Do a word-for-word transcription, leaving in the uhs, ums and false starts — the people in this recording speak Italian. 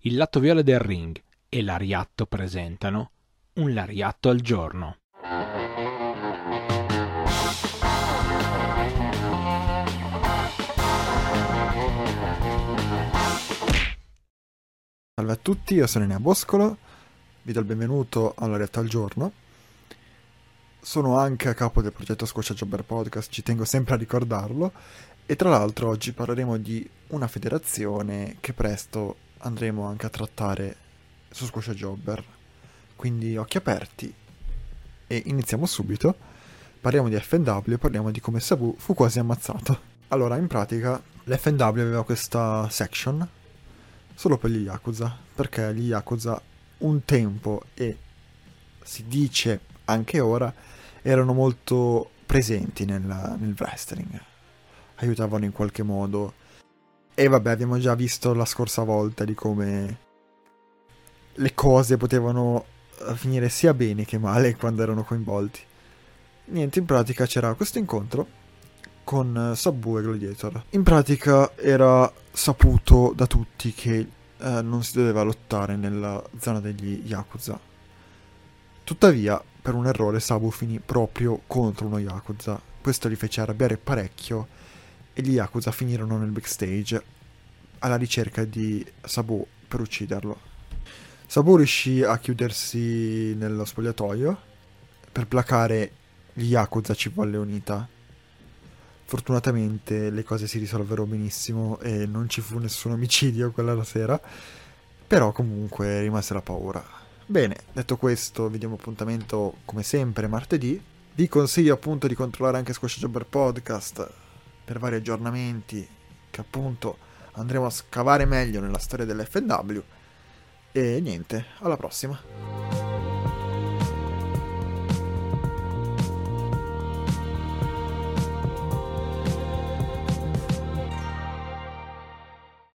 il lato viola del ring e l'Ariatto presentano Un Lariatto al giorno. Salve a tutti, io sono Enea Boscolo, vi do il benvenuto alla Lariatto al giorno. Sono anche a capo del progetto Squascia Jobber Podcast, ci tengo sempre a ricordarlo, e tra l'altro oggi parleremo di una federazione che presto andremo anche a trattare su Squascia Jobber. Quindi occhi aperti e iniziamo subito. Parliamo di F N W e parliamo di come Sabu fu quasi ammazzato. Allora, in pratica l'F N W aveva questa section solo per gli Yakuza, perché gli Yakuza un tempo, e si dice anche ora, erano molto presenti nel, nel wrestling, aiutavano in qualche modo. E vabbè, abbiamo già visto la scorsa volta di come le cose potevano finire sia bene che male quando erano coinvolti. Niente, in pratica c'era questo incontro con Sabu e Gladiator. In pratica era saputo da tutti che eh, non si doveva lottare nella zona degli Yakuza. Tuttavia, per un errore, Sabu finì proprio contro uno Yakuza. Questo li fece arrabbiare parecchio e gli Yakuza finirono nel backstage alla ricerca di Sabu per ucciderlo. Sabu riuscì a chiudersi nello spogliatoio. Per placare gli Yakuza ci volle unità. Fortunatamente le cose si risolvero benissimo e non ci fu nessun omicidio quella sera, però comunque rimase la paura. Bene, detto questo, vi diamo appuntamento come sempre martedì. Vi consiglio appunto di controllare anche Squascia Jobber Podcast per vari aggiornamenti che appunto andremo a scavare meglio nella storia dell'F N W. E niente, alla prossima.